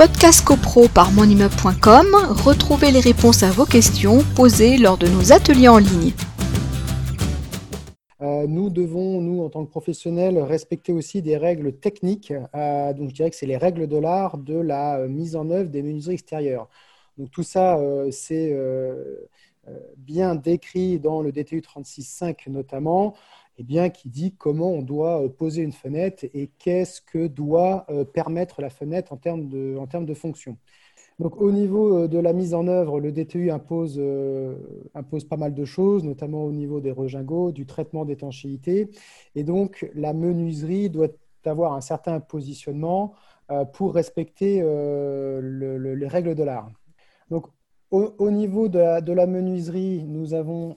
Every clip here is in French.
Podcast CoPro par monimmeuble.com, retrouvez les réponses à vos questions posées lors de nos ateliers en ligne. Nous devons, en tant que professionnels, respecter aussi des règles techniques. Donc, je dirais que c'est les règles de l'art de la mise en œuvre des menuiseries extérieures. Donc, tout ça, c'est bien décrit dans le DTU 36.5 notamment, qui dit comment on doit poser une fenêtre et qu'est-ce que doit permettre la fenêtre en termes de fonction. Donc, au niveau de la mise en œuvre, le DTU impose pas mal de choses, notamment au niveau des regingos, du traitement d'étanchéité. Et donc, la menuiserie doit avoir un certain positionnement pour respecter les règles de l'art. Donc, au niveau de la menuiserie, nous avons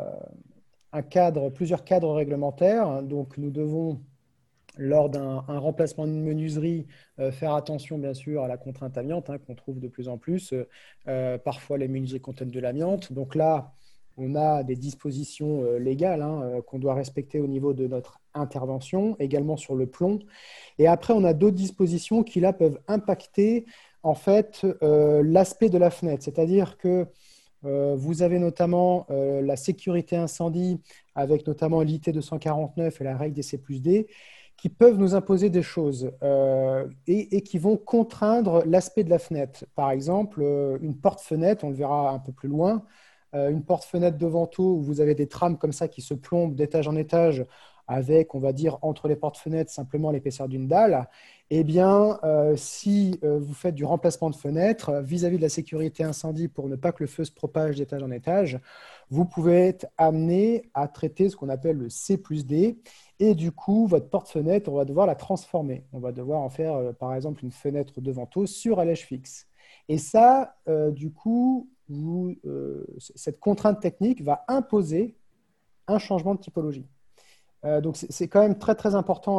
plusieurs cadres réglementaires. Donc, nous devons, lors d'un remplacement de menuiserie, faire attention bien sûr à la contrainte amiante qu'on trouve de plus en plus. Parfois, les menuiseries contiennent de l'amiante. Donc là, on a des dispositions légales qu'on doit respecter au niveau de notre intervention, également sur le plomb. Et après, on a d'autres dispositions qui là peuvent impacter en fait l'aspect de la fenêtre. C'est-à-dire que vous avez notamment la sécurité incendie avec notamment l'IT 249 et la règle des C+D qui peuvent nous imposer des choses et qui vont contraindre l'aspect de la fenêtre. Par exemple, une porte-fenêtre, on le verra un peu plus loin, une porte-fenêtre de vantaux où vous avez des trames comme ça qui se plombent d'étage en étage avec, on va dire, entre les porte-fenêtres, simplement l'épaisseur d'une dalle. Eh bien, si vous faites du remplacement de fenêtres vis-à-vis de la sécurité incendie pour ne pas que le feu se propage d'étage en étage, vous pouvez être amené à traiter ce qu'on appelle le C+D. Et du coup, votre porte-fenêtre, on va devoir la transformer. On va devoir en faire, par exemple, une fenêtre de vantaux sur allège fixe. Et ça, du coup, cette contrainte technique va imposer un changement de typologie. Donc, c'est quand même très, très important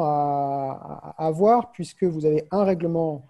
à avoir puisque vous avez un règlement,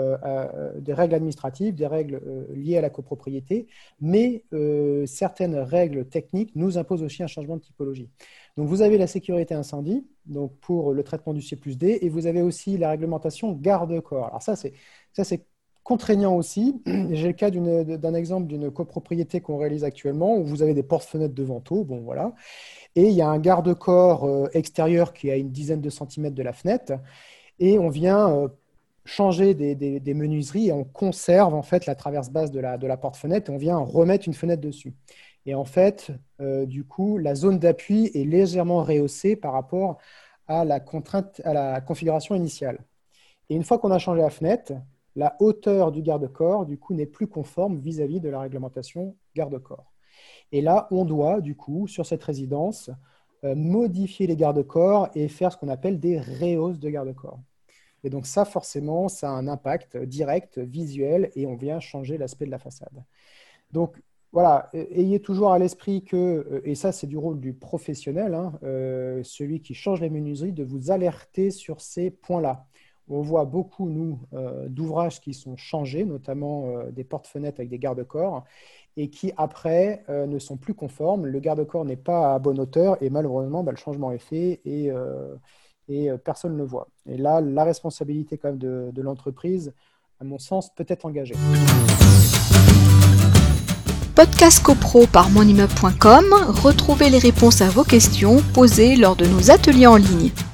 des règles administratives, des règles liées à la copropriété, mais certaines règles techniques nous imposent aussi un changement de typologie. Donc, vous avez la sécurité incendie donc pour le traitement du C+D et vous avez aussi la réglementation garde-corps. Alors, ça, c'est contraignant aussi. J'ai le cas d'un exemple d'une copropriété qu'on réalise actuellement où vous avez des porte-fenêtres de vantaux. Bon, voilà. Et il y a un garde-corps extérieur qui est à une dizaine de centimètres de la fenêtre. Et on vient changer des menuiseries et on conserve en fait la traverse basse de la porte-fenêtre et on vient remettre une fenêtre dessus. Et en fait, du coup, la zone d'appui est légèrement rehaussée par rapport à la configuration initiale. Et une fois qu'on a changé la fenêtre, la hauteur du garde-corps, du coup, n'est plus conforme vis-à-vis de la réglementation garde-corps. Et là, on doit, du coup, sur cette résidence, modifier les garde-corps et faire ce qu'on appelle des rehausses de garde-corps. Et donc ça, forcément, ça a un impact direct, visuel, et on vient changer l'aspect de la façade. Donc, voilà, ayez toujours à l'esprit que, et ça, c'est du rôle du professionnel, celui qui change les menuiseries, de vous alerter sur ces points-là. On voit beaucoup, nous, d'ouvrages qui sont changés, notamment des porte-fenêtres avec des garde-corps, et qui, après, ne sont plus conformes. Le garde-corps n'est pas à bonne hauteur, et malheureusement, le changement est fait, et personne ne le voit. Et là, la responsabilité quand même de l'entreprise, à mon sens, peut être engagée. Podcast CoPro par monimmeuble.com, retrouvez les réponses à vos questions posées lors de nos ateliers en ligne.